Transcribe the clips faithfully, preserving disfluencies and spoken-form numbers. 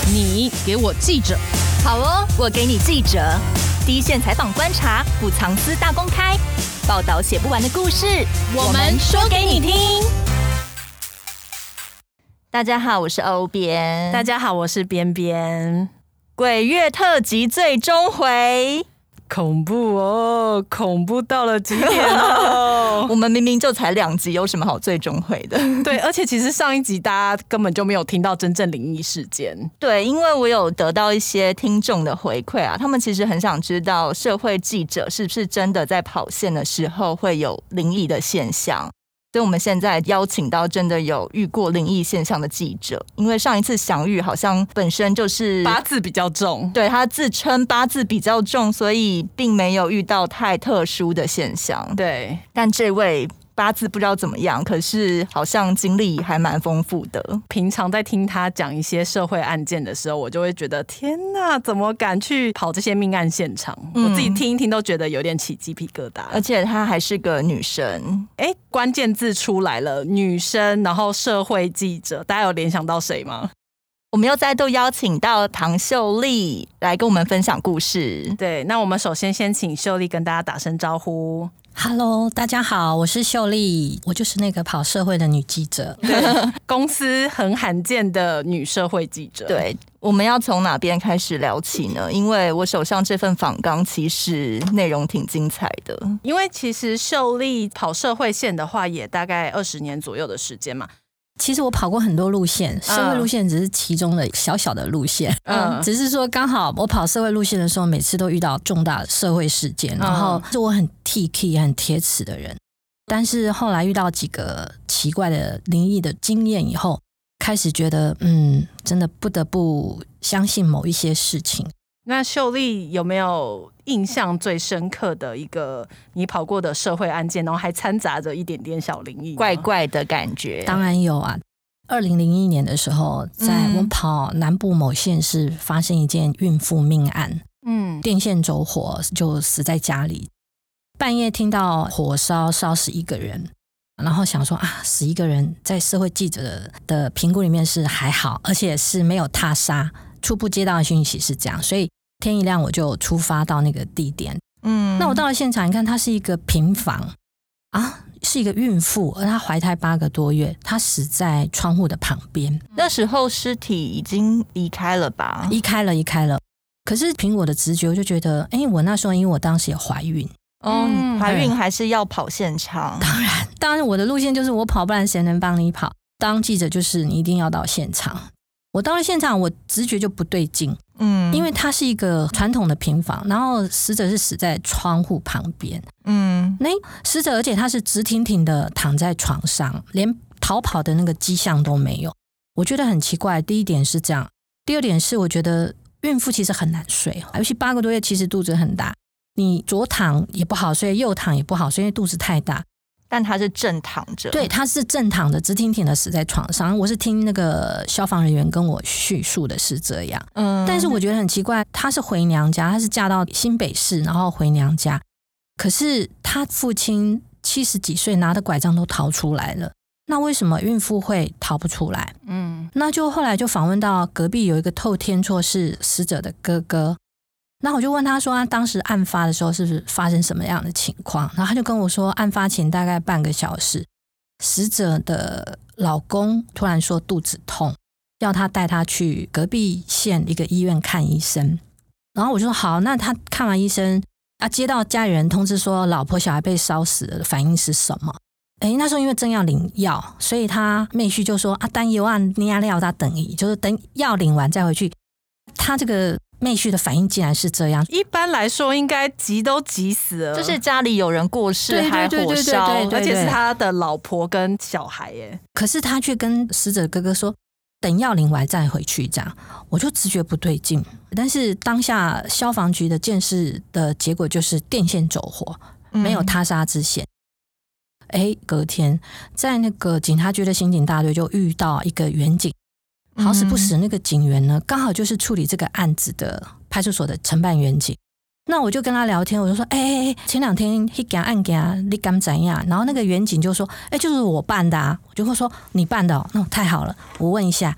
你给我记者。 好哦，我给你记者。第一线采访观察，不藏私大公开，报道写不完的故事， 我们说给你听。 大家好，我是欧边。 大家好，我是边边。 鬼月特辑最终回。 恐怖哦，恐怖到了极点哦！ 我们明明就才两集，有什么好最终回的？ 对，而且其实上一集大家根本就没有听到真正灵异事件。 对，因为我有得到一些听众的回馈啊，他们其实很想知道社会记者是不是真的在跑线的时候会有灵异的现象。所以我们现在邀请到真的有遇过灵异现象的记者，因为上一次祥玉好像本身就是八字比较重， 对，他自称八字比较重，所以并没有遇到太特殊的现象。 对， 但这位八字不知道怎么样，可是好像经历还蛮丰富的。 平常在听他讲一些社会案件的时候，我就会觉得天哪，怎么敢去跑这些命案现场、嗯、我自己听一听都觉得有点起鸡皮疙瘩。 而且她还是个女生。 哎，关键字出来了，女生，然后社会记者，大家有联想到谁吗？ 我们又再度邀请到唐秀丽来跟我们分享故事。 对，那我们首先先请秀丽跟大家打声招呼。 Hello， 大家好，我是秀丽，我就是那个跑社会的女记者。 对，公司很罕见的女社会记者。 对，我们要从哪边开始聊起呢？因为我手上这份访纲其实内容挺精彩的。 因为其实秀丽跑社会线的话，也大概二十年左右的时间嘛。 其实我跑过很多路线，社会路线只是其中的小小的路线，嗯，只是说刚好我跑社会路线的时候，每次都遇到重大的社会事件，然后是我很 T K 很铁齿的人，但是后来遇到几个奇怪的灵异的经验以后，开始觉得嗯，真的不得不相信某一些事情。 那秀丽有没有印象最深刻的一个你跑过的社会案件，然后还掺杂着一点点小灵异怪怪的感觉？ 当然有啊。二零零一年的时候，在我跑南部某县市发生一件孕妇命案，嗯，电线走火就死在家里。半夜听到火烧，烧死一个人，然后想说啊，死一个人在社会记者的评估里面是还好，而且是没有他杀。初步接到的讯息是这样，所以天一亮我就出发到那个地点。嗯，那我到了现场，你看它是一个平房啊，是一个孕妇，而她怀胎八个多月，她死在窗户的旁边。 那时候尸体已经离开了吧？ 离开了，离开了。可是凭我的直觉，我就觉得，哎，我那时候因为我当时也怀孕。 哦，怀孕还是要跑现场？ 当然，当然，我的路线就是我跑，不然谁能帮你跑？当记者就是你一定要到现场。我到了现场，我直觉就不对劲，嗯，因为它是一个传统的平房，然后死者是死在窗户旁边，嗯，那死者而且他是直挺挺的躺在床上，连逃跑的那个迹象都没有，我觉得很奇怪。第一点是这样，第二点是我觉得孕妇其实很难睡，尤其八个多月，其实肚子很大，你左躺也不好睡，右躺也不好睡，因为肚子太大。 但他是正躺着， 对，他是正躺着，直挺挺的死在床上。我是听那个消防人员跟我叙述的是这样，嗯，但是我觉得很奇怪，她是回娘家，她是嫁到新北市，然后回娘家，可是她父亲七十几岁，拿的拐杖都逃出来了，那为什么孕妇会逃不出来？嗯，那就后来就访问到隔壁有一个透天厝是死者的哥哥。那我就问他说，他当时案发的时候是不是发生什么样的情况？然后他就跟我说，案发前大概半个小时，死者的老公突然说肚子痛，要他带他去隔壁县一个医院看医生。然后我就说好，那他看完医生啊，接到家里人通知说老婆小孩被烧死了，反应是什么？哎，那时候因为正要领药，所以他妹婿就说啊，担忧啊，你要料他等一，就是等药领完再回去。他这个妹婿的反应竟然是这样， 一般来说应该急都急死了， 就是家里有人过世还火烧， 而且是他的老婆跟小孩耶。 可是他却跟死者哥哥说等药领完再回去，这样我就直觉不对劲。但是当下消防局的鉴识的结果就是电线走火，没有他杀之嫌。哎、嗯，隔天在那个警察局的刑警大队就遇到一个员警，好死不死那个警员呢刚好就是处理这个案子的派出所的承办员警。那我就跟他聊天，我就说哎哎哎，前两天那件案件你敢怎样？然后那个员警就说哎，就是我办的啊。我就会说你办的哦，那太好了。我问一下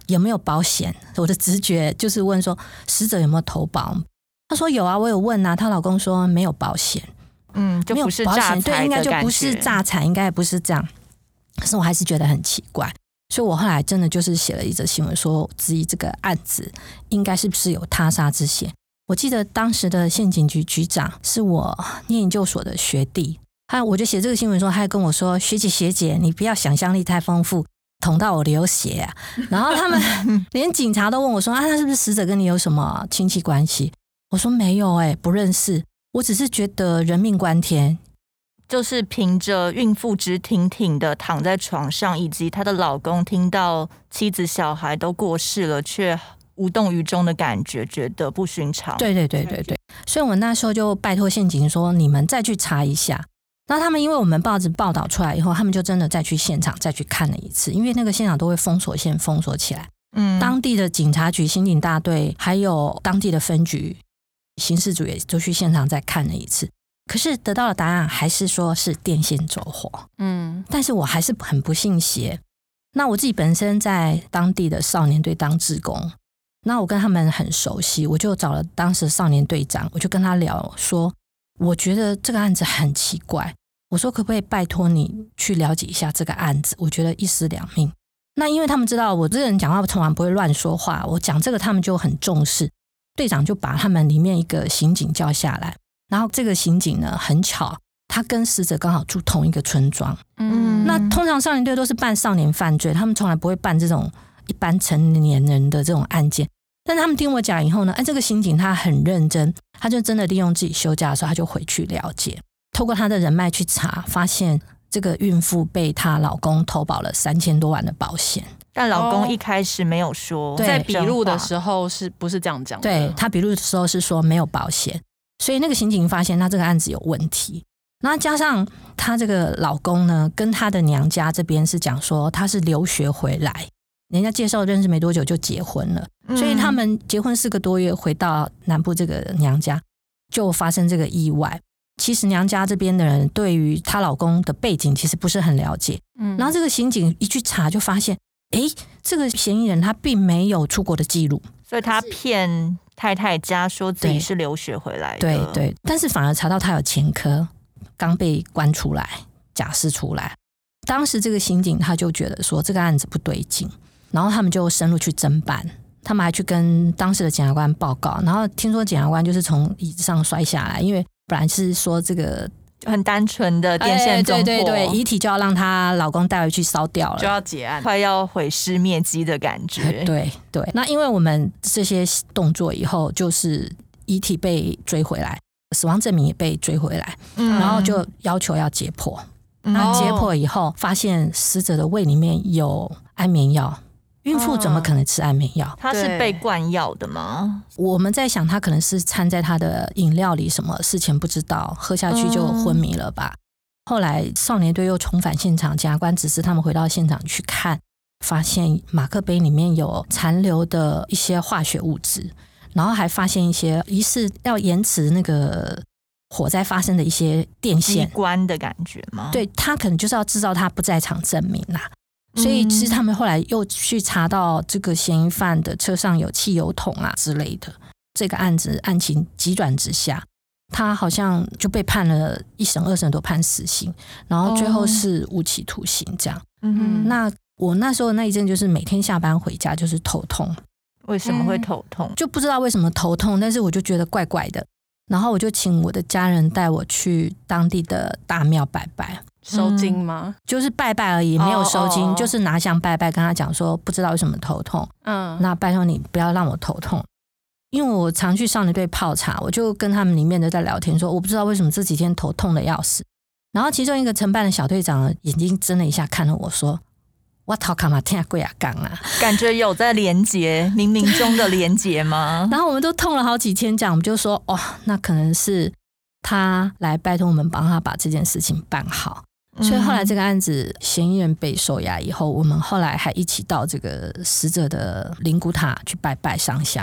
有没有保险？我的直觉就是问说死者有没有投保。她说有啊，我有问啊，她老公说没有保险。 嗯，就不是诈财的感觉， 对，应该就不是诈财，应该也不是这样。可是我还是觉得很奇怪，所以我后来真的就是写了一则新闻，说质疑这个案子应该是不是有他杀之嫌。我记得当时的县警局局长是我念研究所的学弟，他我就写这个新闻说，他还跟我说：“学姐学姐，你不要想象力太丰富，捅到我流血啊！”然后他们连警察都问我说：“啊，他是不是死者跟你有什么亲戚关系？”我说：“没有哎、欸，不认识。我只是觉得人命关天。” 就是凭着孕妇直挺挺的躺在床上，以及她的老公听到妻子小孩都过世了却无动于衷的感觉，觉得不寻常。 对对对对对，所以我那时候就拜托县警说，你们再去查一下。那他们因为我们报纸报道出来以后，他们就真的再去现场再去看了一次，因为那个现场都会封锁线封锁起来。嗯，当地的警察局、刑警大队还有当地的分局刑事组也都去现场再看了一次。可是得到的答案还是说是电线走火，嗯，但是我还是很不信邪。那我自己本身在当地的少年队当志工，那我跟他们很熟悉，我就找了当时的少年队长，我就跟他聊说，我觉得这个案子很奇怪，我说可不可以拜托你去了解一下这个案子，我觉得一尸两命。那因为他们知道我这个人讲话从来不会乱说话，我讲这个他们就很重视，队长就把他们里面一个刑警叫下来。然后这个刑警呢，很巧，他跟死者刚好住同一个村庄。嗯，那通常少年队都是办少年犯罪，他们从来不会办这种一般成年人的这种案件。但是他们听我讲以后呢，哎，这个刑警他很认真，他就真的利用自己休假的时候，他就回去了解，透过他的人脉去查，发现这个孕妇被她老公投保了三千多万的保险。 但老公一开始没有说， 哦、在笔录的时候是不是这样讲的？ 对，他笔录的时候是说没有保险。所以那个刑警发现他这个案子有问题，那加上他这个老公呢，跟他的娘家这边是讲说他是留学回来，人家介绍认识没多久就结婚了，嗯、所以他们结婚四个多月回到南部这个娘家就发生这个意外。其实娘家这边的人对于她老公的背景其实不是很了解，嗯，然后这个刑警一去查就发现，哎，这个嫌疑人他并没有出国的记录， 所以他骗太太家说自己是留学回来的， 对 对, 对，但是反而查到他有前科，刚被关出来，假释出来。当时这个刑警他就觉得说这个案子不对劲，然后他们就深入去侦办，他们还去跟当时的检察官报告，然后听说检察官就是从椅子上摔下来，因为本来是说这个很单纯的电线纵火、哎、 对对对，遗体就要让她老公带回去烧掉了， 就要结案， 快要毁尸灭迹的感觉。 对对，那因为我们这些动作以后，就是遗体被追回来，死亡证明也被追回来，嗯、然后就要求要解剖。嗯、那解剖以后，发现死者的胃里面有安眠药。孕妇怎么可能吃安眠药？ 她是被灌药的吗？ 我们在想，她可能是掺在她的饮料里，什么事前不知道，喝下去就昏迷了吧。嗯、后来少年队又重返现场，检察官指示他们回到现场去看，发现马克杯里面有残留的一些化学物质，然后还发现一些疑似要延迟那个火灾发生的一些电线， 机关的感觉吗？ 对，他可能就是要制造他不在场证明啦。所以其实他们后来又去查到这个嫌疑犯的车上有汽油桶啊之类的，这个案子案情急转直下，他好像就被判了一审二审都判死刑，然后最后是无期徒刑这样。嗯，那我那时候那一阵就是每天下班回家就是头痛。 为什么会头痛？ 嗯、就不知道为什么头痛，但是我就觉得怪怪的，然后我就请我的家人带我去当地的大庙拜拜。 收金吗、嗯？ 就是拜拜而已，没有收金， oh, oh, oh. 就是拿香拜拜，跟他讲说不知道为什么头痛，嗯，那拜托你不要让我头痛。因为我常去少年队泡茶，我就跟他们里面的在聊天说，我不知道为什么这几天头痛的要死。然后其中一个承办的小队长眼睛睁了一下，看了我说：“我头干嘛听贵啊讲啊？” 感觉有在连结，冥冥中的连结吗？ 然后我们都痛了好几天，这样我们就说：“哦，那可能是他来拜托我们帮他把这件事情办好。”所以后来这个案子嫌疑人被收押以后，我们后来还一起到这个死者的灵骨塔去拜拜上香。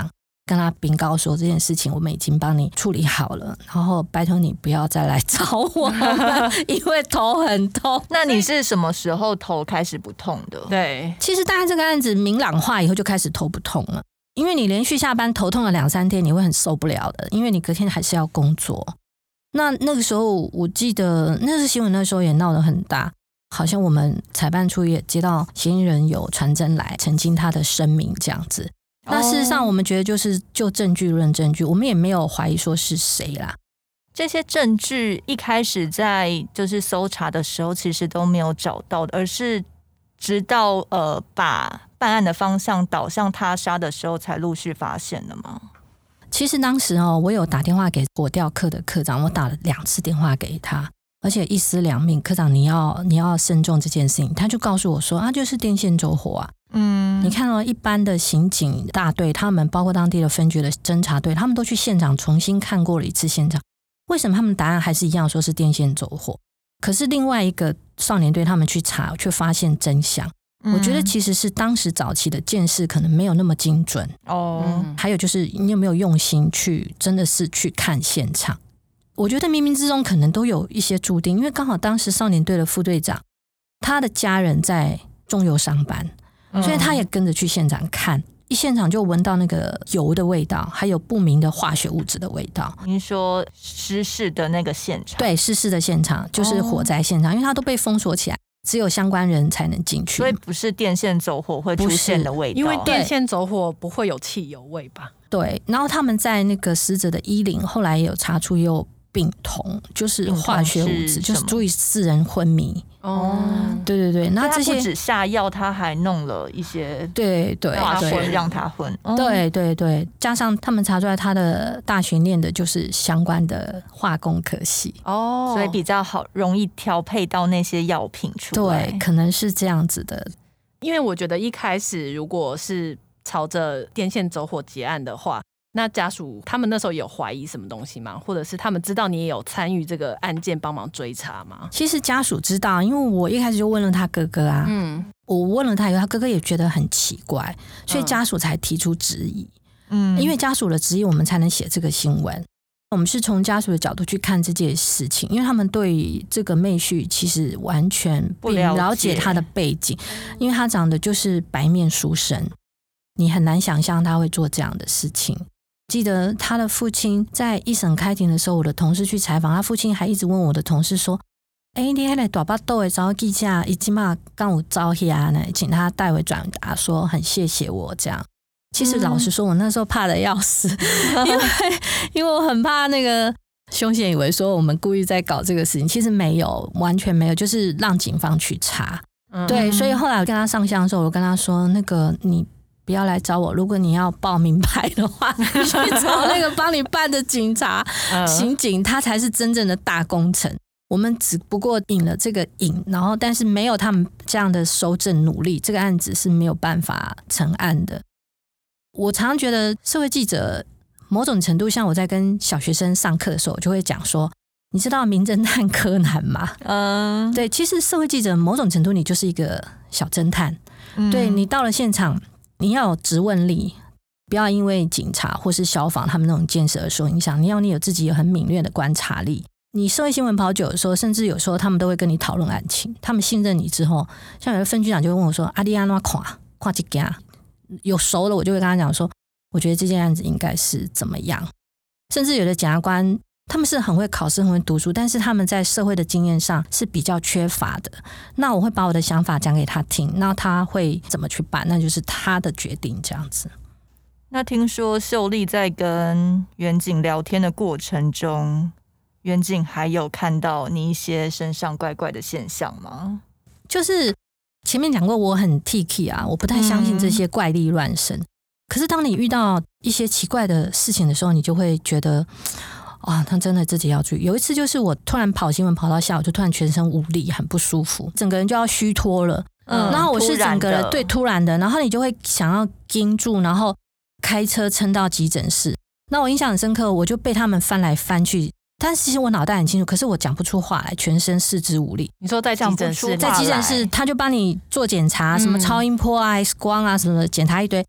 跟他禀告说这件事情我们已经帮你处理好了，然后拜托你不要再来找我了，因为头很痛。 那你是什么时候头开始不痛的？ 对， 其实大概这个案子明朗化以后就开始头不痛了，因为你连续下班头痛了两三天，你会很受不了的，因为你隔天还是要工作。那那个时候我记得那个新闻那时候也闹得很大，好像我们裁判处也接到嫌疑人有传真来澄清他的声明这样子。那事实上我们觉得就是就证据论证据，我们也没有怀疑说是谁啦。 这些证据一开始在就是搜查的时候其实都没有找到的，而是直到呃把办案的方向导向他杀的时候才陆续发现的吗？ 其实当时哦，我有打电话给国调科的科长，我打了两次电话给他，而且一尸两命，科长你要你要慎重这件事情。他就告诉我说啊，就是电线走火啊。嗯，你看到、哦、一般的刑警大队，他们包括当地的分局的侦查队，他们都去现场重新看过了一次现场，为什么他们答案还是一样，说是电线走火？可是另外一个少年队他们去查，却发现真相。我觉得其实是当时早期的鉴识可能没有那么精准哦、嗯，还有就是你有没有用心去真的是去看现场？我觉得冥冥之中可能都有一些注定，因为刚好当时少年队的副队长他的家人在中油上班，所以他也跟着去现场看，一现场就闻到那个油的味道，还有不明的化学物质的味道。 您说失事的那个现场？ 对，失事的现场就是火灾现场，因为它都被封锁起来，只有相关人才能进去， 所以不是电线走火会出现的味道， 因为电线走火不会有汽油味吧？ 对，然后他们在那个死者的衣领后来也有查出也有丙酮，就是化学物质，就是足以使人昏迷。哦，对对对， 那这些不止下药，他还弄了一些对对化学让他昏。 对对对，加上他们查出来他的大学念的就是相关的化工科系哦，所以比较好容易调配到那些药品出来。 对，可能是这样子的。 因为我觉得一开始如果是朝着电线走火结案的话，那家属他们那时候有怀疑什么东西吗？或者是他们知道你也有参与这个案件帮忙追查吗？ 其实家属知道，因为我一开始就问了他哥哥啊，嗯，我问了他以后，他哥哥也觉得很奇怪，所以家属才提出质疑。嗯，因为家属的质疑，我们才能写这个新闻。我们是从家属的角度去看这件事情，因为他们对于这个妹婿其实完全不了解他的背景，因为他长得就是白面书生，你很难想象他会做这样的事情。记得他的父亲在一审开庭的时候，我的同事去采访，他父亲还一直问我的同事说：“哎、欸，你那个大巴豆的找记者，已经嘛刚我招下呢，请他代为转达，说很谢谢我这样。”其实老实说，我那时候怕得要死，嗯、因为因为我很怕那个凶嫌以为说我们故意在搞这个事情，其实没有，完全没有，就是让警方去查。嗯、对，所以后来我跟他上香的时候，我跟他说：“那个你。”不要来找我，如果你要报名牌的话，你去找那个帮你办的警察、刑警，他才是真正的大工程。我们只不过引了这个引，然后但是没有他们这样的搜证努力，这个案子是没有办法成案的。我常常觉得社会记者某种程度，像我在跟小学生上课的时候，我就会讲说，你知道名侦探柯南吗？嗯，对，其实社会记者某种程度你就是一个小侦探，嗯、对你到了现场。你要有质问力，不要因为警察或是消防他们那种建设而受影响。你要你有自己有很敏锐的观察力。你社会新闻跑久的时候，甚至有时候他们都会跟你讨论案情。他们信任你之后，像有的分局长就会问我说：“阿弟安怎看看这件？”有熟了，我就会跟他讲说：“我觉得这件案子应该是怎么样。”甚至有的检察官。他们是很会考试很会读书，但是他们在社会的经验上是比较缺乏的。那我会把我的想法讲给他听，那他会怎么去办，那就是他的决定这样子。 那听说秀丽在跟远景聊天的过程中，远景还有看到你一些身上怪怪的现象吗？ 就是前面讲过我很 T K 啊，我不太相信这些怪力乱神、嗯、可是当你遇到一些奇怪的事情的时候，你就会觉得啊，他真的自己要注意。有一次就是我突然跑新闻跑到下午，就突然全身无力，很不舒服，整个人就要虚脱了。嗯，然后我是整个人对突然的，然后你就会想要盯住，然后开车撑到急诊室。那我印象很深刻，我就被他们翻来翻去，但是其实我脑袋很清楚，可是我讲不出话来，全身四肢无力。 你说在急诊室， 在急诊室他就帮你做检查，什么超音波啊、X 光啊什么的，检查一堆。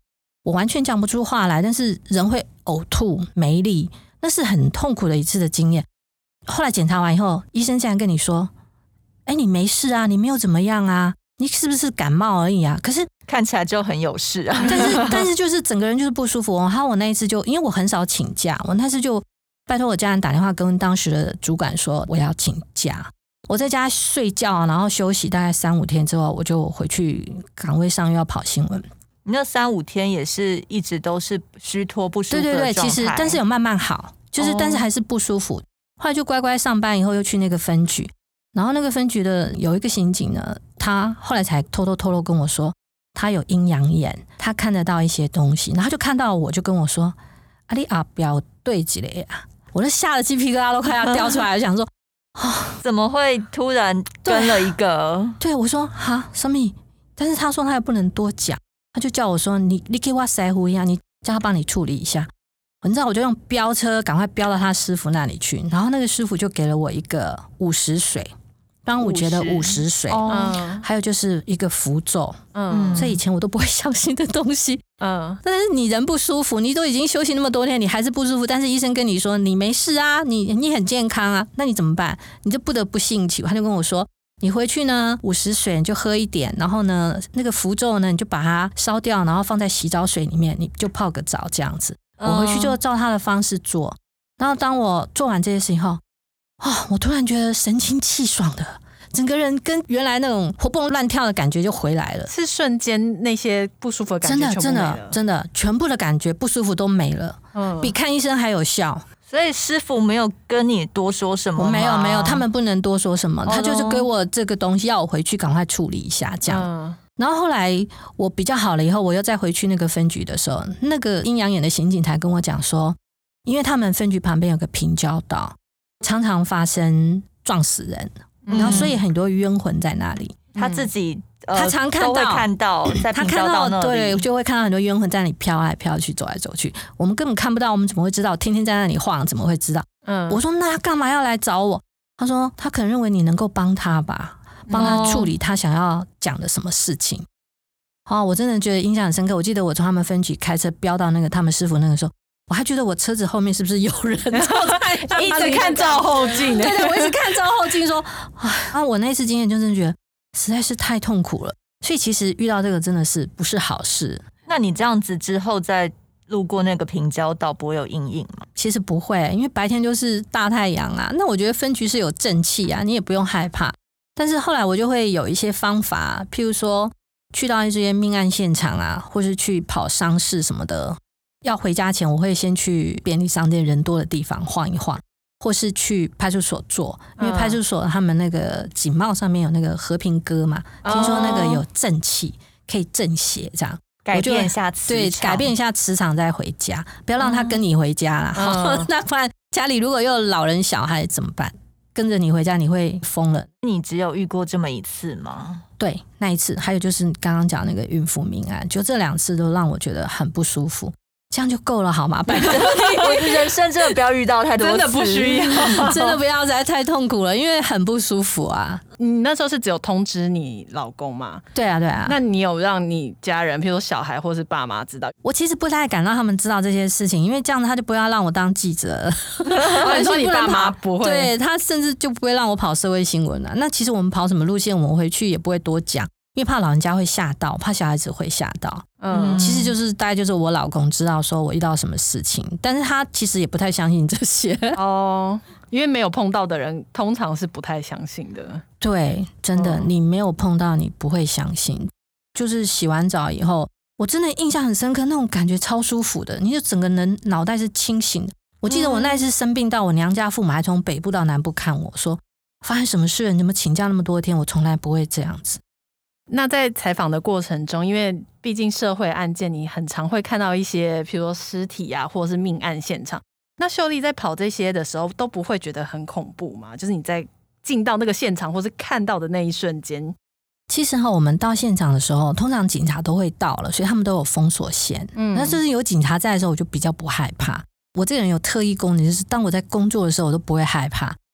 我完全讲不出话来，但是人会呕吐没力，那是很痛苦的一次的经验。后来检查完以后，医生竟然跟你说，哎，你没事啊，你没有怎么样啊，你是不是感冒而已啊？可是看起来就很有事啊， 但是但是就是整个人就是不舒服。还有我那一次就因为我很少请假，我那次就拜托我家人打电话跟当时的主管说我要请假，我在家睡觉，然后休息大概三五天之后，我就回去岗位上又要跑新闻。 你那三五天也是一直都是虚脱不舒服的状态？ 对对对，其实但是有慢慢好，就是但是还是不舒服。后来就乖乖上班，以后又去那个分局，然后那个分局的有一个刑警呢，他后来才偷偷透露跟我说，他有阴阳眼，他看得到一些东西，然后就看到我就跟我说，啊你阿表对几嘞啊，我都吓得鸡皮疙瘩都快要掉出来了，想说。 哦、怎么会突然跟了一个？ 对, 对我说哈什么？但是他说他也不能多讲，他就叫我说你你给我塞胡一样，你叫他帮你处理一下。你知道我就用飙车赶快飙到他师傅那里去，然后那个师傅就给了我一个午时水，端午节的午时水，哦、还有就是一个符咒，嗯，这以前我都不会相信的东西，嗯，但是你人不舒服，你都已经休息那么多天，你还是不舒服，但是医生跟你说你没事啊，你你很健康啊，那你怎么办？你就不得不信其，他就跟我说，你回去呢，午时水你就喝一点，然后呢，那个符咒呢，你就把它烧掉，然后放在洗澡水里面，你就泡个澡这样子。我回去就照他的方式做，然后当我做完这些事情后，哦，我突然觉得神清气爽的。整个人跟原来那种活蹦乱跳的感觉就回来了， 是瞬间那些不舒服的感觉全部没了， 真的真的真的全部的感觉不舒服都没了，嗯，比看医生还有效。 所以师傅没有跟你多说什么吗？ 没有没有，他们不能多说什么，哦、他就是给我这个东西，要我回去赶快处理一下这样。嗯、然后后来我比较好了以后，我又再回去那个分局的时候，那个阴阳眼的刑警才跟我讲说，因为他们分局旁边有个平交道，常常发生撞死人。然后所以很多冤魂在那里， 嗯、他自己、呃、 他常看到， 都会看到在平交道那里， 对，就会看到很多冤魂在那里飘来飘去，走来走去。我们根本看不到，我们怎么会知道？天天在那里晃，怎么会知道？嗯，我说那他干嘛要来找我？他说他可能认为你能够帮他吧，帮他处理他想要讲的什么事情。哦，我真的觉得印象很深刻。我记得我从他们分局开车飙到那个他们师傅那个时候。我还觉得我车子后面是不是有人坐在一直看照后镜？ 对对，我一直看照后镜说，啊，我那一次经验就真的觉得实在是太痛苦了。所以其实遇到这个真的是不是好事。 那你这样子之后再路过那个平交道，不会有阴影吗？ 其实不会，因为白天就是大太阳啊。那我觉得分局是有正气啊，你也不用害怕。但是后来我就会有一些方法，譬如说去到一些命案现场啊，或是去跑丧事什么的。要回家前，我会先去便利商店人多的地方晃一晃，或是去派出所坐，因为派出所他们那个警帽上面有那个和平鸽嘛，哦、听说那个有正气，可以正邪，这样改变一下磁场， 对，改变一下磁场再回家，不要让他跟你回家啦。嗯、那不然家里如果又有老人小孩怎么办？跟着你回家你会疯了。 你只有遇过这么一次吗？ 对，那一次，还有就是刚刚讲那个孕妇命案，就这两次都让我觉得很不舒服。这样就够了好吗？拜托我人生真的不要遇到太多次， 真的不需要真的不要，实在太痛苦了，因为很不舒服啊。 你那时候是只有通知你老公吗？ 对啊对啊。 那你有让你家人譬如说小孩或是爸妈知道？ 我其实不太敢让他们知道这些事情，因为这样他就不要让我当记者了。 你说你爸妈不会？ 对，他甚至就不会让我跑社会新闻了。那其实我们跑什么路线，我们回去也不会多讲，因为怕老人家会吓到，怕小孩子会吓到。嗯，其实就是大概就是我老公知道说我遇到什么事情，但是他其实也不太相信这些哦，因为没有碰到的人通常是不太相信的。 对，真的，哦、你没有碰到你不会相信。就是洗完澡以后，我真的印象很深刻，那种感觉超舒服的，你就整个人脑袋是清醒的。我记得我那一次生病到我娘家父母还从北部到南部看我说发生什么事了，你怎么请假那么多天？我从来不会这样子。 那在采访的过程中，因为毕竟社会案件你很常会看到一些比如说尸体啊或者是命案现场，那秀丽在跑这些的时候都不会觉得很恐怖吗？就是你在进到那个现场或是看到的那一瞬间。 其实我们到现场的时候通常警察都会到了，所以他们都有封锁线，嗯，那就是有警察在的时候我就比较不害怕。我这个人有特异功能，就是当我在工作的时候我都不会害怕，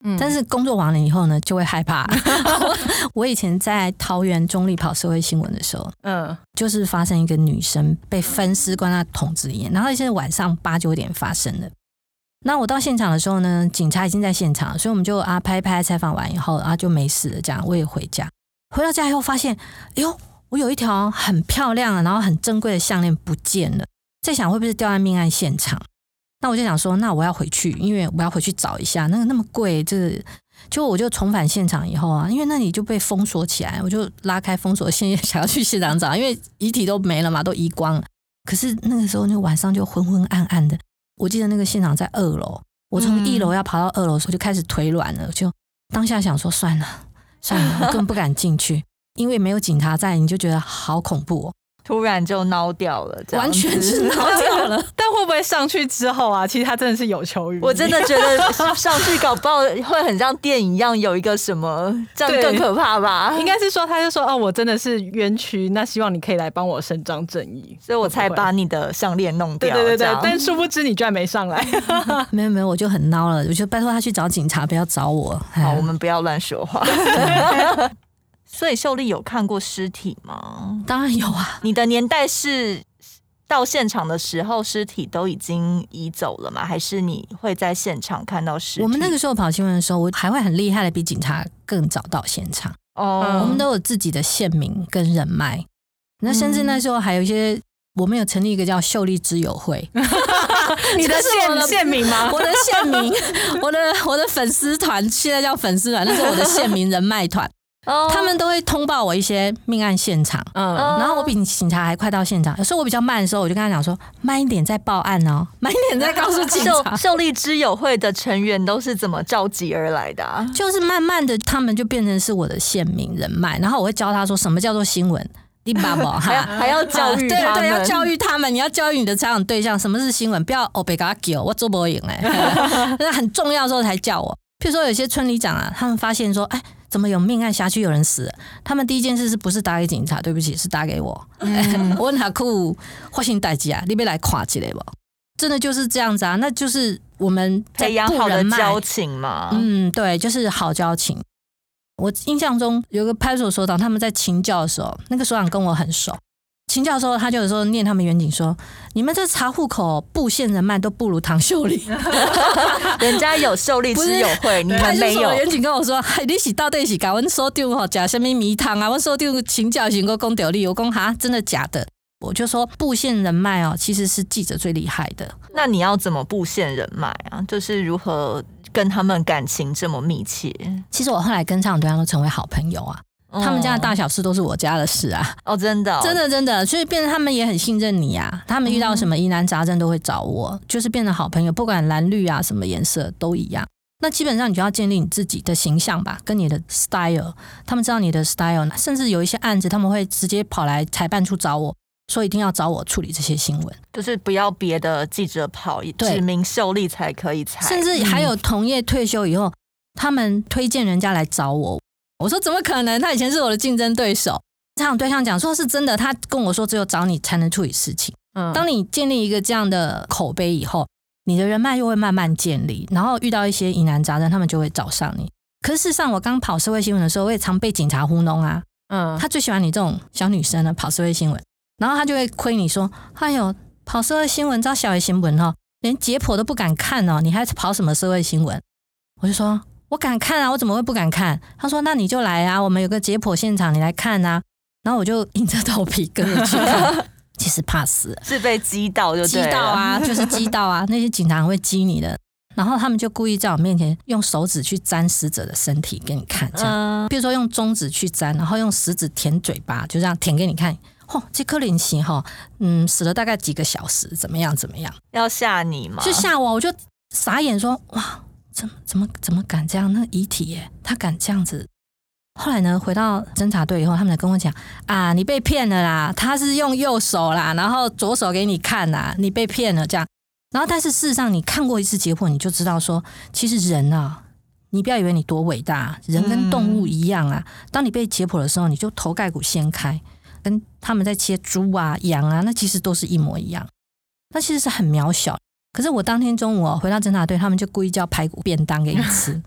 嗯、但是工作完了以后呢，就会害怕。我以前在桃园中立跑社会新闻的时候，嗯，就是发生一个女生被分尸关在桶子里面，然后现在晚上八九点发生的。那我到现场的时候呢，警察已经在现场，所以我们就啊拍拍采访完以后啊就没事了，这样我也回家。回到家以后发现，哎呦，我有一条很漂亮然后很珍贵的项链不见了，在想会不会是掉在命案现场。那我就想说，那我要回去，因为我要回去找一下，那个那么贵，这个就我就重返现场以后啊，因为那里就被封锁起来，我就拉开封锁线，想要去现场找，因为遗体都没了嘛，都移光了。可是那个时候，那晚上就昏昏暗暗的。我记得那个现场在二楼，我从一楼要爬到二楼的时候，我就开始腿软了，就当下想说算了算了，我根本不敢进去，因为没有警察在，你就觉得好恐怖哦。 突然就孬掉了， 完全是孬掉了。 但会不会上去之后啊，其实他真的是有求于你？ 我真的觉得上去搞不好会很像电影一样，有一个什么，这样更可怕吧？ 应该是说，他就说哦，我真的是冤屈，那希望你可以来帮我伸张正义， 所以我才把你的项链弄掉。 对对对对，但殊不知你居然没上来。 没有没有，我就很孬了，我就拜托他去找警察，不要找我。 好，我们不要乱说话。所以秀丽有看过尸体吗？ 当然有啊。 你的年代是到现场的时候尸体都已经移走了吗？还是你会在现场看到尸体？ 我们那个时候跑新闻的时候，我还会很厉害的比警察更早到现场。哦，我们都有自己的县民跟人脉。那甚至那时候还有一些，我们有成立一个叫秀丽之友会。 你的县县民吗？ 我的县民，我的我的粉丝团现在叫粉丝团，那是我的县民人脉团。Oh. 他们都会通报我一些命案现场，嗯，然后我比警察还快到现场。有时候我比较慢的时候，我就跟他讲说，慢一点再报案哦，慢一点再告诉警察。 秀丽之友会的成员都是怎么召集而来的啊？ 就是慢慢的，他们就变成是我的县民人脉，然后我会教他说什么叫做新闻。你爸爸还要还要教育他们， 对对，要教育他们。你要教育你的采访对象什么是新闻，不要哦被给他叫，我做不赢哎，那很重要的时候才叫我。譬如说有些村里长啊，他们发现说，哎，怎么有命案辖区有人死了？他们第一件事是不是打给警察？对不起，是打给我。嗯、我问他酷发生代志啊，你要来看一下不？真的就是这样子啊，那就是我们培养好的交情嘛。 嗯，对，就是好交情。我印象中有个派出所所长，他们在请教的时候，那个所长跟我很熟。请教的时候，他就有时候念他们远景说：“你们这查户口布线人脉都不如唐秀丽， 人家有秀丽之友会，你们没有。” 远景跟我说：“你是到底是搞阮所长吼吃什么米汤啊？我所长请教先个讲道理，我讲哈真的假的？”我就说布线人脉哦，其实是记者最厉害的。 那你要怎么布线人脉啊？就是如何跟他们感情这么密切？ 其实我后来跟采访对象都成为好朋友啊。他们家的大小事都是我家的事啊！ 哦，真的、哦， 真的，真的，所以变成他们也很信任你啊。他们遇到什么疑难杂症都会找我，嗯、就是变成好朋友，不管蓝绿啊什么颜色都一样。那基本上你就要建立你自己的形象吧，跟你的 style。他们知道你的 style， 甚至有一些案子他们会直接跑来裁判处找我，说一定要找我处理这些新闻， 就是不要别的记者跑，指名秀丽才可以裁。 甚至还有同业退休以后，嗯、他们推荐人家来找我。我说怎么可能？他以前是我的竞争对手。采访对象讲说是真的，他跟我说只有找你才能处理事情。嗯，当你建立一个这样的口碑以后，你的人脉又会慢慢建立，然后遇到一些疑难杂症，他们就会找上你。可是事实上，我刚跑社会新闻的时候，我也常被警察糊弄啊。嗯，他最喜欢你这种小女生了，跑社会新闻，然后他就会亏你说：“哎呦，跑社会新闻，招小孩新闻哦，连解剖都不敢看哦，你还跑什么社会新闻？”我就说。我敢看啊，我怎么会不敢看？他说：“那你就来啊，我们有个解剖现场，你来看啊。”然后我就硬着头皮跟着去看，其实怕死， 是被激到就对了， 激到啊，就是激到啊。那些警察会激你的，然后他们就故意在我面前用手指去沾死者的身体给你看，这样，嗯、比如说用中指去沾，然后用食指舔嘴巴，就这样舔给你看。哦，这颗灵犀哈，嗯，死了大概几个小时，怎么样？怎么样？ 要吓你吗？ 就吓我，我就傻眼说哇。怎么怎么怎么敢这样？那遗体耶，他敢这样子。后来呢，回到侦查队以后，他们来跟我讲啊，你被骗了啦，他是用右手啦，然后左手给你看啦，你被骗了这样。然后，但是事实上，你看过一次解剖，你就知道说，其实人啊，你不要以为你多伟大，人跟动物一样啊。嗯、当你被解剖的时候，你就头盖骨掀开，跟他们在切猪啊、羊啊，那其实都是一模一样。那其实是很渺小。可是我当天中午、哦、回到侦查队，他们就故意叫排骨便当给你吃，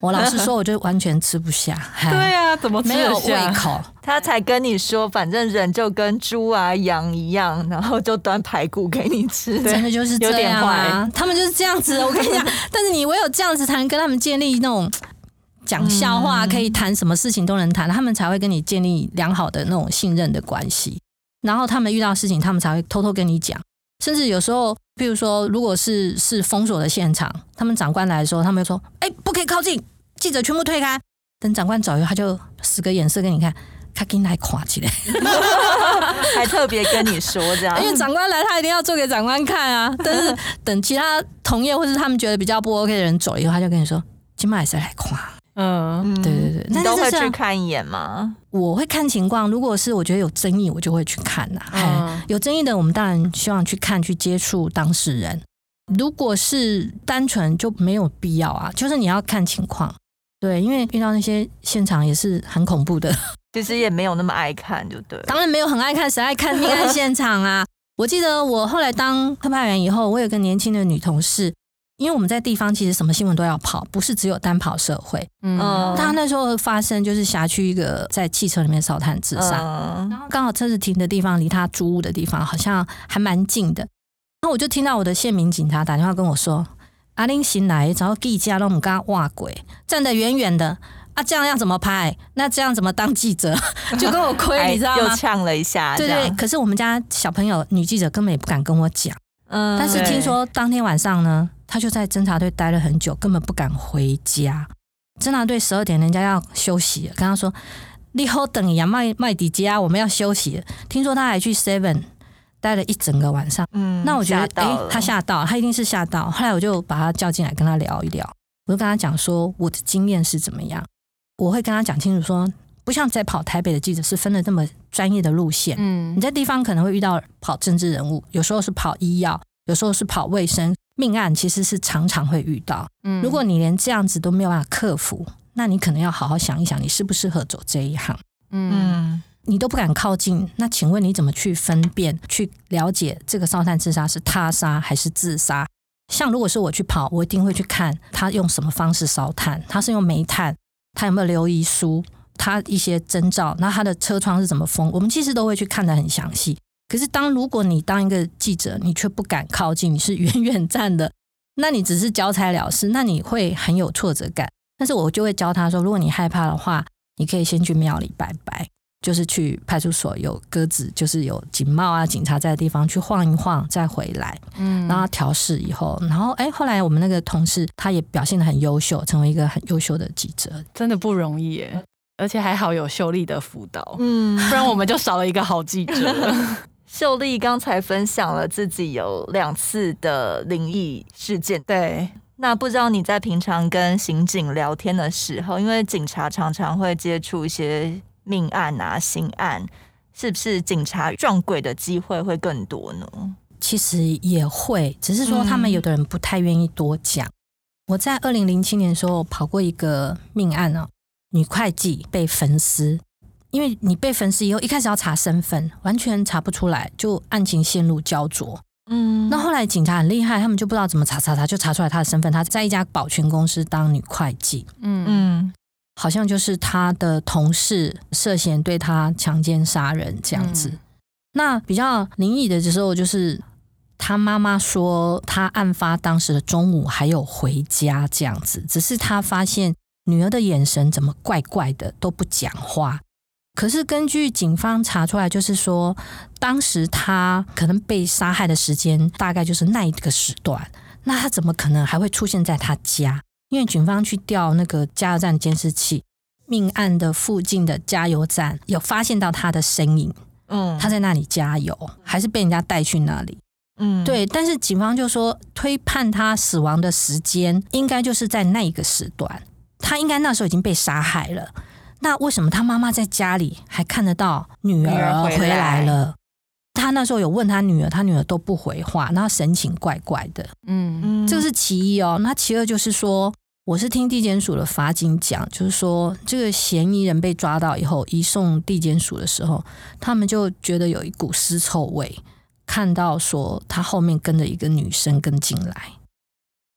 我老实说，我就完全吃不下。 对啊，怎么吃没有得下胃口？ 他才跟你说，反正人就跟猪啊、羊一样，然后就端排骨给你吃， 真的就是这样啊！ 有点坏他们就是这样子，我跟你讲。但是你唯有这样子才能跟他们建立那种讲笑话，可以谈什么事情都能谈，他们才会跟你建立良好的那种信任的关系。然后他们遇到事情，他们才会偷偷跟你讲。甚至有时候，譬如说，如果是是封锁的现场，他们长官来的时候，他们就说：“哎、欸，不可以靠近，记者全部退开。”等长官走以后，他就使个眼色给你看，他给你来垮起来， 还特别跟你说这样， 因为长官来，他一定要做给长官看啊。但是等其他同业或是他们觉得比较不 OK 的人走以后，他就跟你说：“今晚还是来垮。” 嗯， 对对对， 你都会去看一眼吗？ 我会看情况，如果是我觉得有争议，我就会去看呐、啊嗯。有争议的，我们当然希望去看，去接触当事人。如果是单纯就没有必要啊，就是你要看情况。对，因为遇到那些现场也是很恐怖的， 其实也没有那么爱看，就对。 当然没有很爱看，谁爱看命案现场啊？我记得我后来当特派员以后，我有个年轻的女同事。因为我们在地方其实什么新闻都要跑，不是只有单跑社会。嗯，他那时候发生就是辖区一个在汽车里面烧炭自杀，嗯、然后刚好车子停的地方离他租屋的地方好像还蛮近的。然后我就听到我的县民警察打电话跟我说：“阿玲醒来，找记者都不敢挖鬼，站得远远的啊，这样要怎么拍？那这样怎么当记者？就跟我亏，你知道吗？” 又呛了一下， 对对。可是我们家小朋友女记者根本也不敢跟我讲。嗯，但是听说当天晚上呢，他就在侦查队待了很久，根本不敢回家。侦查队十二点人家要休息了，跟他说：“你好等呀，麦麦迪家，我们要休息了。”听说他还去 Seven 待了一整个晚上。嗯，那我觉得，哎、欸，他吓到，他一定是吓到。后来我就把他叫进来跟他聊一聊，我就跟他讲说我的经验是怎么样，我会跟他讲清楚说。不像在跑台北的记者是分了这么专业的路线，嗯，你在地方可能会遇到跑政治人物，有时候是跑医药，有时候是跑卫生，命案其实是常常会遇到。嗯，如果你连这样子都没有办法克服，那你可能要好好想一想，你适不适合走这一行。嗯，你都不敢靠近，那请问你怎么去分辨、去了解这个烧炭自杀是他杀还是自杀？像如果是我去跑，我一定会去看他用什么方式烧炭，他是用煤炭，他有没有留遗书？他一些征兆，那他的车窗是怎么封，我们其实都会去看得很详细。可是当如果你当一个记者，你却不敢靠近，你是远远站的，那你只是交差了事，那你会很有挫折感。但是我就会教他说，如果你害怕的话，你可以先去庙里拜拜，就是去派出所有鸽子，就是有警帽啊警察在的地方去晃一晃再回来，嗯，然后调试以后，然后哎，后来我们那个同事他也表现得很优秀，成为一个很优秀的记者， 真的不容易耶。而且还好有秀丽的辅导，嗯，不然我们就少了一个好记者。 秀丽刚才分享了自己有两次的灵异事件， 对。 那不知道你在平常跟刑警聊天的时候，因为警察常常会接触一些命案啊、刑案，是不是警察撞鬼的机会会更多呢？ 其实也会，只是说他们有的人不太愿意多讲。嗯、我在二零零七年的时候跑过一个命案哦。女会计被焚尸，因为你被焚尸以后，一开始要查身份，完全查不出来，就案情陷入焦灼。嗯，那后来警察很厉害，他们就不知道怎么查查查，就查出来她的身份，她在一家保全公司当女会计。嗯嗯，好像就是她的同事涉嫌对她强奸杀人这样子。嗯、那比较灵异的时候，就是她妈妈说，她案发当时的中午还有回家这样子，只是她发现。女儿的眼神怎么怪怪的，都不讲话。可是根据警方查出来，就是说当时她可能被杀害的时间大概就是那一个时段，那她怎么可能还会出现在她家？因为警方去调那个加油站监视器，命案的附近的加油站有发现到她的身影，嗯，她在那里加油，还是被人家带去那里。嗯，对，但是警方就说推判她死亡的时间应该就是在那一个时段。他应该那时候已经被杀害了，那为什么他妈妈在家里还看得到女儿回来了？他那时候有问他女儿，他女儿都不回话，然后神情怪怪的。嗯，这个是其一哦。那其二就是说，我是听地检署的法警讲，就是说这个嫌疑人被抓到以后，移送地检署的时候，他们就觉得有一股尸臭味，看到说他后面跟着一个女生跟进来。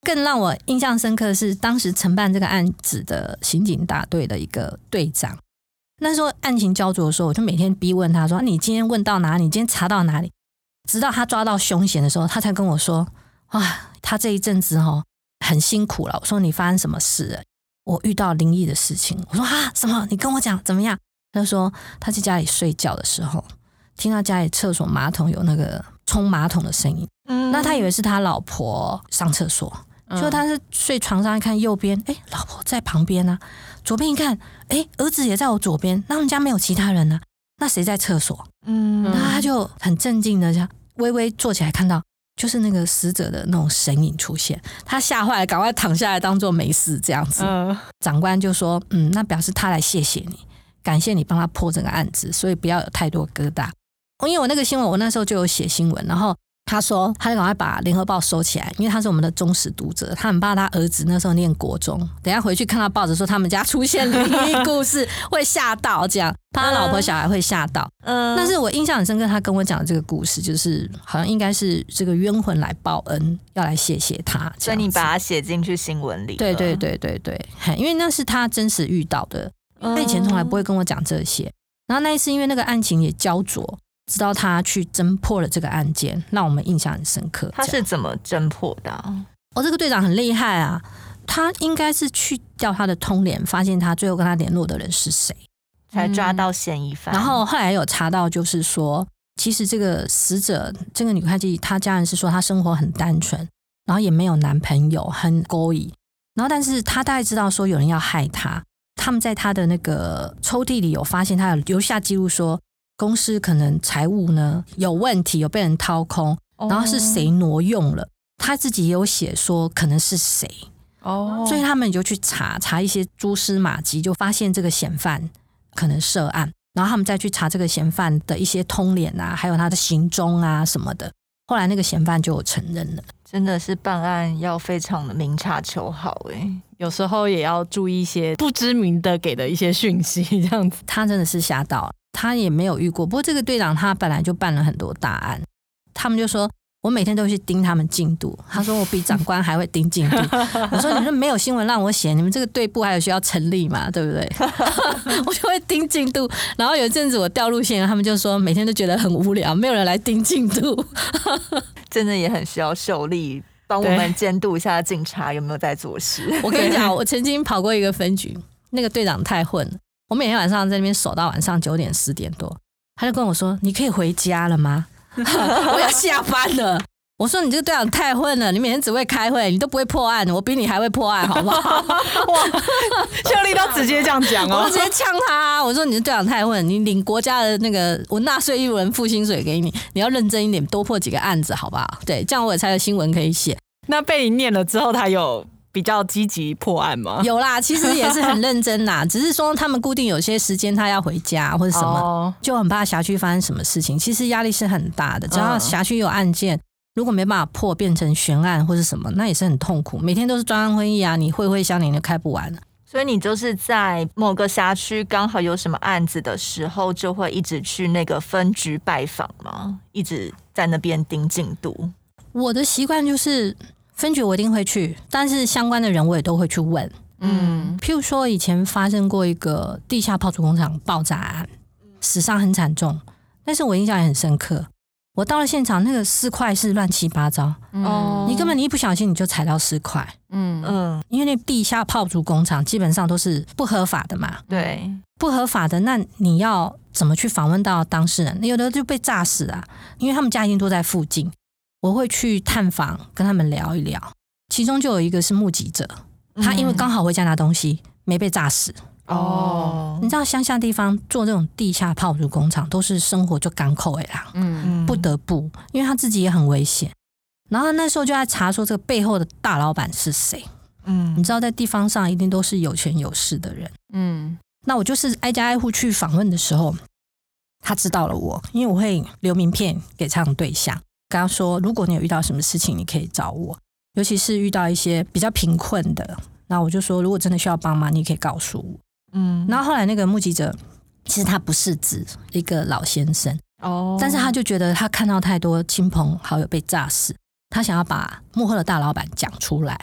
更让我印象深刻的是，当时承办这个案子的刑警大队的一个队长。那时候案情焦灼的时候，我就每天逼问他说：“你今天问到哪里？你今天查到哪里？”直到他抓到凶嫌的时候，他才跟我说：“啊，他这一阵子哦很辛苦了。”我说：“你发生什么事了？”我遇到灵异的事情。我说：“啊，什么？你跟我讲怎么样？”他就说他在家里睡觉的时候，听到家里厕所马桶有那个冲马桶的声音。嗯，那他以为是他老婆上厕所，结果他是睡床上一看右边，哎，老婆在旁边啊。左边一看，哎，儿子也在我左边，那我们家没有其他人啊，那谁在厕所？嗯，然后他就很镇静的这样微微坐起来，看到就是那个死者的那种神影出现，他吓坏了，赶快躺下来当做没事这样子。嗯，长官就说，嗯，那表示他来谢谢你，感谢你帮他破这个案子，所以不要有太多疙瘩。因为我那个新闻，我那时候就有写新闻，然后他说他就赶快把联合报收起来，因为他是我们的忠实读者，他很怕他儿子那时候念国中，等一下回去看到报纸说他们家出现灵异故事会吓到，这样怕他老婆小孩会吓到。嗯，但是我印象很深刻，他跟我讲的这个故事就是好像应该是这个冤魂来报恩，要来谢谢他， 所以你把它写进去新闻里。 对对对对对，因为那是他真实遇到的，他以前从来不会跟我讲这些。然后那一次因为那个案情也焦灼，直到他去侦破了这个案件，让我们印象很深刻。 他是怎么侦破的啊？ 哦，这个队长很厉害啊，他应该是去调他的通联，发现他最后跟他联络的人是谁， 才抓到嫌疑犯。 然后后来有查到，就是说，其实这个死者这个女会计，她家人是说她生活很单纯，然后也没有男朋友，很勾引。然后但是她大概知道说有人要害她，他们在她的那个抽屉里有发现，她有留下记录说，公司可能财务呢有问题，有被人掏空，然后是谁挪用了，他自己也有写说可能是谁。哦，所以他们就去查查一些蛛丝马迹，就发现这个嫌犯可能涉案，然后他们再去查这个嫌犯的一些通联啊，还有他的行踪啊什么的。后来那个嫌犯就有承认了。 真的是办案要非常的明察秋毫哎， 有时候也要注意一些不知名的给的一些讯息，这样子。 他真的是吓到了，他也没有遇过。不过这个队长他本来就办了很多大案，他们就说我每天都去盯他们进度。他说我比长官还会盯进度。我说你们没有新闻让我写，你们这个队部还有需要成立嘛，对不对？我就会盯进度。然后有一阵子我调路线，他们就说每天都觉得很无聊，没有人来盯进度。 真的也很需要秀丽帮我们监督一下警察有没有在做事。 我跟你讲，我曾经跑过一个分局，那个队长太混了，我每天晚上在那边守到晚上九点十点多，他就跟我说你可以回家了吗？我要下班了。我说你这个队长太混了，你每天只会开会，你都不会破案，我比你还会破案好不好？ 哇，秀丽都直接这样讲哦， 我直接呛他。我说你这队长太混，你领国家的那个我纳税义务人付薪水给你，你要认真一点，多破几个案子好不好？对，这样我也才有新闻可以写。 那被你念了之后，他有比较积极破案吗？ 有啦，其实也是很认真啦，只是说他们固定有些时间他要回家或者什么，哦，就很怕辖区发生什么事情。其实压力是很大的，只要辖区有案件，如果没办法破变成悬案或是什么，那也是很痛苦。每天都是专案会议啊，你会会相连就开不完了。 所以你就是在某个辖区刚好有什么案子的时候，就会一直去那个分局拜访吗？一直在那边盯进度？ 我的习惯就是分局我一定会去，但是相关的人我也都会去问。嗯，譬如说以前发生过一个地下炮竹工厂爆炸案，死伤很惨重，但是我印象也很深刻。我到了现场，那个尸块是乱七八糟，嗯，你根本你一不小心你就踩到尸块，嗯嗯，因为那地下炮竹工厂基本上都是不合法的嘛， 对， 不合法的，那你要怎么去访问到当事人？有的就被炸死啊，因为他们家一定都在附近，我会去探访，跟他们聊一聊。其中就有一个是目击者，他因为刚好回家拿东西，没被炸死。哦，你知道乡下地方做这种地下炮竹工厂都是生活就港口的啦，嗯，不得不，因为他自己也很危险。然后那时候就在查说这个背后的大老板是谁，嗯，你知道在地方上一定都是有权有势的人，嗯，那我就是挨家挨户去访问的时候，他知道了我，因为我会留名片给这样的对象，跟他说如果你有遇到什么事情你可以找我，尤其是遇到一些比较贫困的，那我就说如果真的需要帮忙你可以告诉我。嗯，然后后来那个目击者其实他不是指一个老先生哦，但是他就觉得他看到太多亲朋好友被炸死，他想要把幕后的大老板讲出来。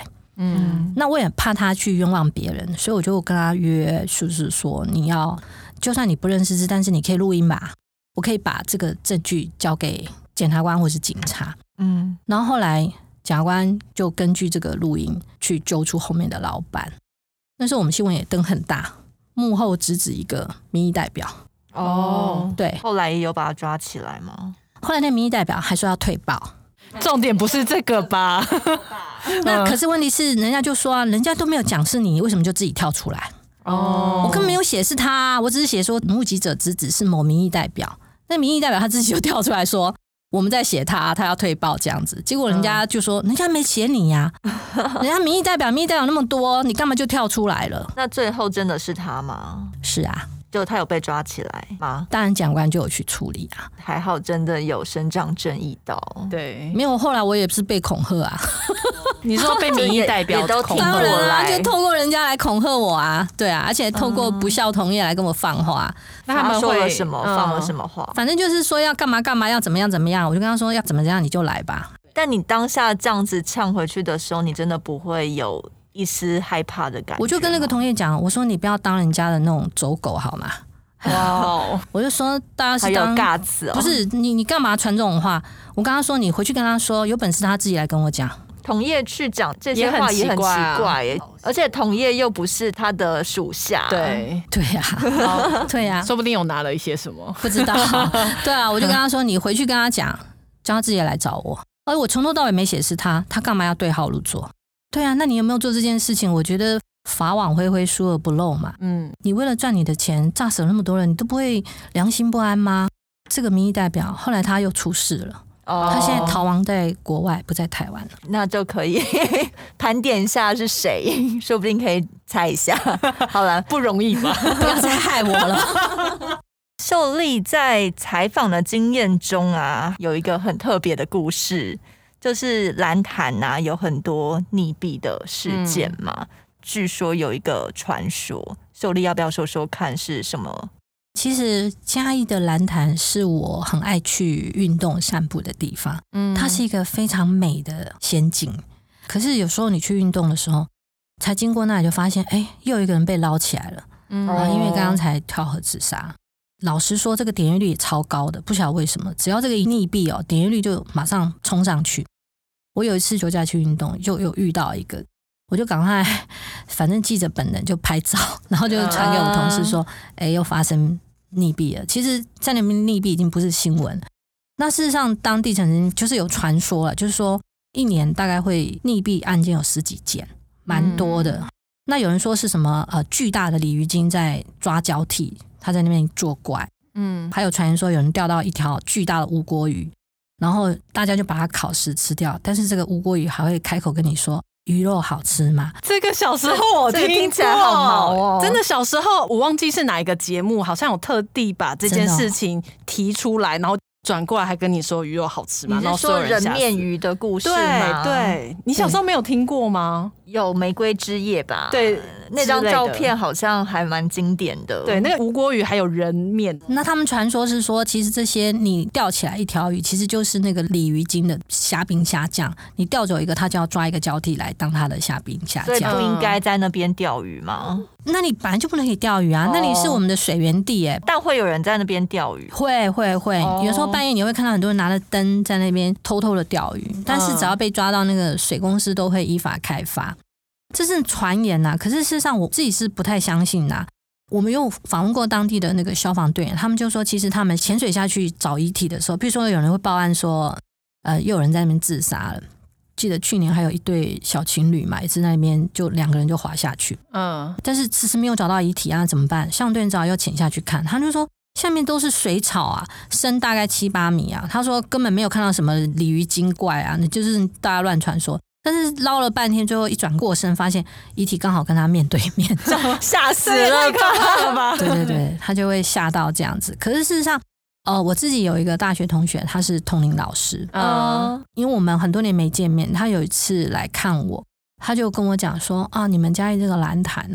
嗯，那我也怕他去冤枉别人，所以我就跟他约，就是说你要，就算你不认识字，但是你可以录音吧，我可以把这个证据交给检察官或是警察。嗯，然后后来检察官就根据这个录音去揪出后面的老板。那时候我们新闻也登很大，幕后直指一个民意代表。 哦， 对， 后来也有把他抓起来吗？ 后来那民意代表还说要退报。 重点不是这个吧？ 那可是问题是，人家就说啊，人家都没有讲是你，为什么就自己跳出来？哦，我根本没有写是他，我只是写说目击者直指是某民意代表。那民意代表他自己就跳出来说，我们在写他，他要退报这样子。结果人家就说，人家没写你呀、啊，人家民意代表、民意代表那么多，你干嘛就跳出来了？ 那最后真的是他吗？ 是啊。 就他有被抓起来吗？ 当然，检察官就有去处理啊。 还好，真的有伸张正义到。 对， 没有。后来我也是被恐吓啊。 你说被民意代表都恐吓过来， 就透过人家来恐吓我啊，对啊，而且透过不孝同业来跟我放话。 嗯、那他们说了什么？嗯、放了什么话？ 反正就是说要干嘛干嘛，要怎么样怎么样。我就跟他说要怎么样你就来吧。 但你当下这样子呛回去的时候，你真的不会有一丝害怕的感觉？ 我就跟那个同业讲，我说你不要当人家的那种走狗好吗？ 哇！ 我就说大家是当尬词哦， 不是你你干嘛传这种话？我跟他说，你回去跟他说，有本事他自己来跟我讲。 同业去讲这些话也很奇怪耶，而且同业又不是他的属下。 对对呀、啊，对呀、啊， 说不定有拿了一些什么， 不知道。对啊，我就跟他说，你回去跟他讲，叫他自己来找我。而我从头到尾没写是他，他干嘛要对号入座？对啊，那你有没有做这件事情？我觉得法网恢恢，疏而不漏嘛。嗯，你为了赚你的钱，炸死了那么多人，你都不会良心不安吗？这个民意代表后来他又出事了。哦、他现在逃亡在国外，不在台湾了。 那就可以盘点一下是谁，说不定可以猜一下。好了， 不容易吧？ 不要再害我了。 秀丽在采访的经验中啊，有一个很特别的故事，就是蓝潭啊有很多溺毙的事件嘛。嗯、据说有一个传说，秀丽要不要说说看是什么？ 其实嘉义的蓝潭是我很爱去运动散步的地方，嗯，它是一个非常美的仙境。可是有时候你去运动的时候，才经过那里就发现，哎，又有一个人被捞起来了，嗯，啊、因为刚刚才跳河自杀。老实说，这个点阅率也超高的，不晓得为什么，只要这个一溺毙哦，点阅率就马上冲上去。我有一次休假去运动，就有遇到一个。我就赶快，反正记者本人就拍照，然后就传给我同事说：“哎、欸，又发生溺毙了。”其实，在那边溺毙已经不是新闻。那事实上，当地曾经就是有传说了，就是说一年大概会溺毙案件有十几件，蛮多的。嗯、那有人说是什么呃巨大的鲤鱼精在抓交替，他在那边作怪。嗯，还有传言说有人钓到一条巨大的乌锅鱼，然后大家就把它烤食吃掉，但是这个乌锅鱼还会开口跟你说。鱼肉好吃吗？ 这个小时候我听过， 听起来好毛哦！ 真的，小时候我忘记是哪一个节目，好像有特地把这件事情提出来，然后转过来还跟你说鱼肉好吃吗？ 你是说人面鱼的故事吗？ 对对，你小时候没有听过吗？ 有玫瑰之夜吧？ 对， 那张照片好像还蛮经典的。 对，那个吴锅鱼还有人面。 那他们传说是说，其实这些你钓起来一条鱼，其实就是那个鲤鱼精的虾兵虾将。你钓走一个，他就要抓一个交替来当他的虾兵虾将。 所以不应该在那边钓鱼吗？ 嗯、那你本来就不能可以钓鱼啊！哦、那里是我们的水源地哎。 但会有人在那边钓鱼？ 会会会，哦、有时候半夜你会看到很多人拿着灯在那边偷偷的钓鱼，但是只要被抓到，那个水公司都会依法开罚。这是传言呐、啊，可是事实上我自己是不太相信呐、啊。我们有访问过当地的那个消防队员，他们就说，其实他们潜水下去找遗体的时候，比如说有人会报案说，呃，又有人在那边自杀了。记得去年还有一对小情侣嘛，也是在那边就两个人就滑下去，嗯，但是迟迟没有找到遗体啊，怎么办？消防队员只好又潜下去看，他就说下面都是水草啊，深大概七八米啊，他说根本没有看到什么鲤鱼精怪啊，那就是大家乱传说。但是捞了半天，最后一转过身，发现遗体刚好跟他面对面， 吓死了吧？ 对对对，他就会吓到这样子。可是事实上，呃，我自己有一个大学同学，他是通灵老师，嗯，因为我们很多年没见面，他有一次来看我，他就跟我讲说啊，你们家里这个蓝潭哦，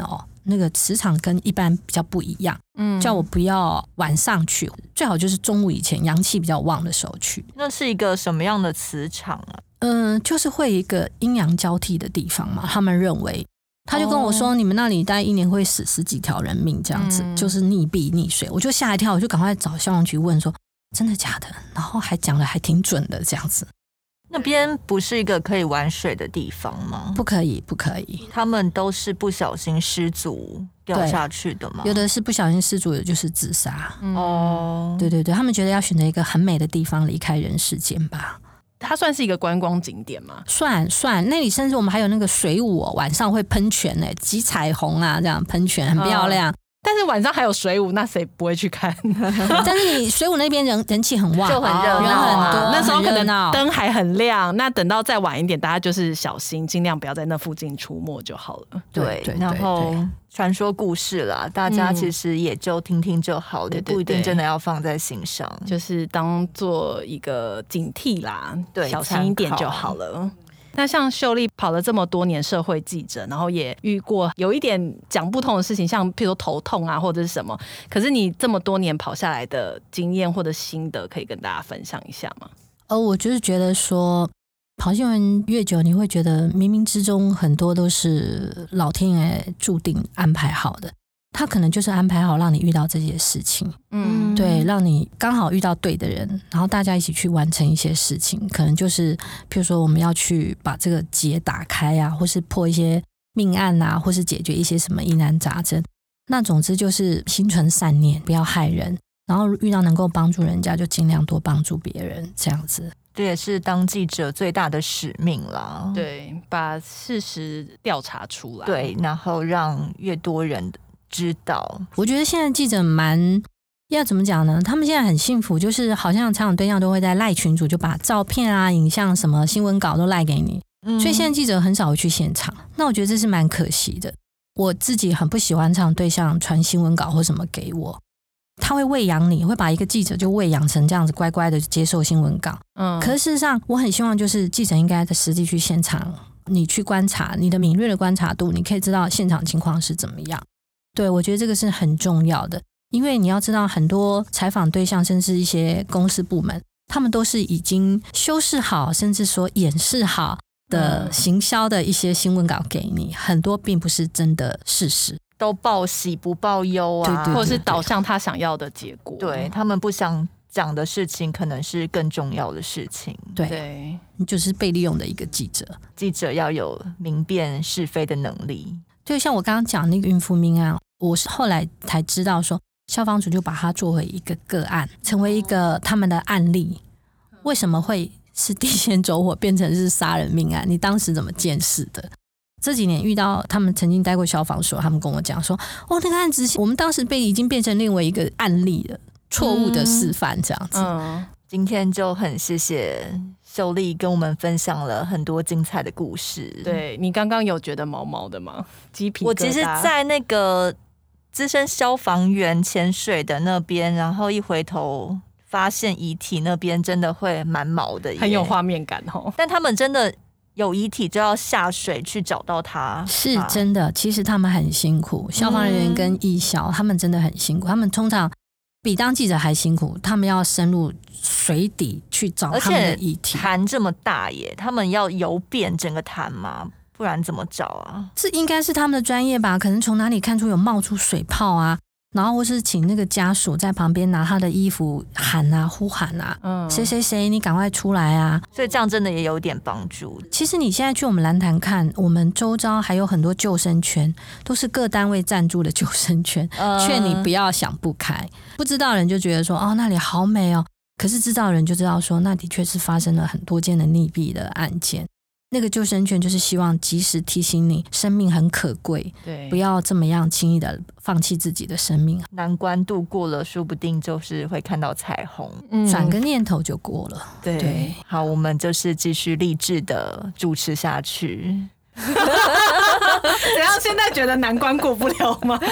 那个磁场跟一般比较不一样，嗯，叫我不要晚上去，最好就是中午以前阳气比较旺的时候去。 那是一个什么样的磁场啊？ 嗯、呃，就是会一个阴阳交替的地方嘛，他们认为。他就跟我说、哦、你们那里大概一年会死十几条人命这样子、嗯、就是溺毙溺水。我就吓一跳，我就赶快找消防局问说真的假的，然后还讲的还挺准的这样子。 那边不是一个可以玩水的地方吗？ 不可以不可以， 他们都是不小心失足掉下去的吗？ 有的是不小心失足，有的就是自杀、 嗯、哦， 对对对，他们觉得要选择一个很美的地方离开人世间吧。 它算是一个观光景点吗？ 算算，那里甚至我们还有那个水舞、哦、晚上会喷泉哎，挤彩虹啊，这样喷泉很漂亮、嗯。 但是晚上还有水舞，那谁不会去看？ 但是你水舞那边人人气很旺， 就很热闹、啊， 人很多， 那时候可能灯还很亮。那等到再晚一点，大家就是小心，尽量不要在那附近出没就好了。 对，对然后传说故事啦，大家其实也就听听就好了，嗯、不一定真的要放在心上， 就是当做一个警惕啦，对，小心一点就好了。那像秀丽跑了这么多年社会记者，然后也遇过有一点讲不通的事情，像譬如说头痛啊或者是什么，可是你这么多年跑下来的经验或者心得可以跟大家分享一下吗？ 哦，我就是觉得说跑新闻越久，你会觉得冥冥之中很多都是老天爷注定安排好的，他可能就是安排好让你遇到这些事情，嗯，对，让你刚好遇到对的人，然后大家一起去完成一些事情，可能就是譬如说我们要去把这个结打开啊，或是破一些命案啊，或是解决一些什么疑难杂症。那总之就是心存善念，不要害人，然后遇到能够帮助人家就尽量多帮助别人，这样子。 这也是当记者最大的使命啦。 对，把事实调查出来， 对，然后让越多人知道。 我觉得现在记者蛮要怎么讲呢？他们现在很幸福，就是好像采访对象都会在赖群组就把照片啊、影像、什么新闻稿都赖给你、嗯，所以现在记者很少会去现场。那我觉得这是蛮可惜的。我自己很不喜欢采访对象传新闻稿或什么给我，他会喂养你，会把一个记者就喂养成这样子乖乖的接受新闻稿。嗯，可是事实上，我很希望就是记者应该在实际去现场，你去观察，你的敏锐的观察度，你可以知道现场情况是怎么样。对，我觉得这个是很重要的，因为你要知道很多采访对象甚至一些公司部门，他们都是已经修饰好甚至说演示好的行销的一些新闻稿给你，很多并不是真的事实， 都报喜不报忧啊， 对对对对， 或者是导向他想要的结果。 对，他们不想讲的事情可能是更重要的事情。 对，对，你就是被利用的一个记者。 记者要有明辨是非的能力。 就像我刚刚讲那个孕妇命案，我是后来才知道说消防署就把它作为一个个案，成为一个他们的案例。为什么会是地线走火变成是杀人命案？你当时怎么见识的？这几年遇到他们曾经待过消防所，他们跟我讲说，哦，那个案子我们当时被已经变成另外一个案例了，错误的示范这样子。嗯嗯，今天就很谢谢秀丽跟我们分享了很多精彩的故事。 对，你刚刚有觉得毛毛的吗？鸡皮疙瘩。 我其实在那个资深消防员潜水的那边，然后一回头发现遗体那边真的会蛮毛的耶， 很有画面感哦。 但他们真的有遗体就要下水去找到他， 是真的。其实他们很辛苦，消防人员跟义消、嗯、他们真的很辛苦，他们通常比当记者还辛苦，他们要深入水底去找他们的遗体。 潭这么大耶，他们要游遍整个潭吗？不然怎么找啊？ 这应该是他们的专业吧，可能从哪里看出有冒出水泡啊，然后或是请那个家属在旁边拿他的衣服喊啊呼喊啊，嗯，谁谁谁你赶快出来啊， 所以这样真的也有点帮助。 其实你现在去我们蓝潭看，我们周遭还有很多救生圈，都是各单位赞助的救生圈，劝、嗯、你不要想不开。不知道的人就觉得说哦那里好美哦，可是知道的人就知道说那的确是发生了很多件的溺毙的案件。那个救生圈就是希望及时提醒你生命很可贵，对，不要这么样轻易的放弃自己的生命。 难关度过了，说不定就是会看到彩虹， 转、嗯、个念头就过了。 对, 对，好，我们就是继续励志的主持下去。 怎样？现在觉得难关过不了吗？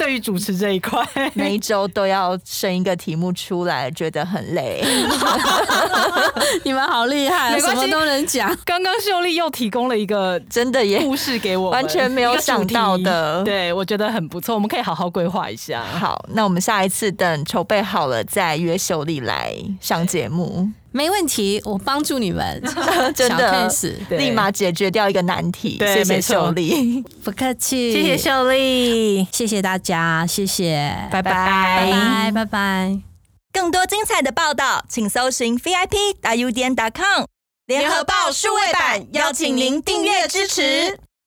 对于主持这一块， 每一周都要生一个题目出来，觉得很累。 你们好厉害，什么都能讲。 刚刚秀丽又提供了一个真的耶故事给我们， 完全没有想到的。 对，我觉得很不错，我们可以好好规划一下。 好，那我们下一次等筹备好了再约秀丽来上节目。 没问题，我帮助你们， 真的立马解决掉一个难题。谢谢秀丽， 不客气， 谢谢秀丽， 谢谢大家，谢谢， 拜拜， 拜拜，拜拜。 更多精彩的报道，请搜寻 V I P 大 U 点 com 联合报数位版，邀请您订阅支持。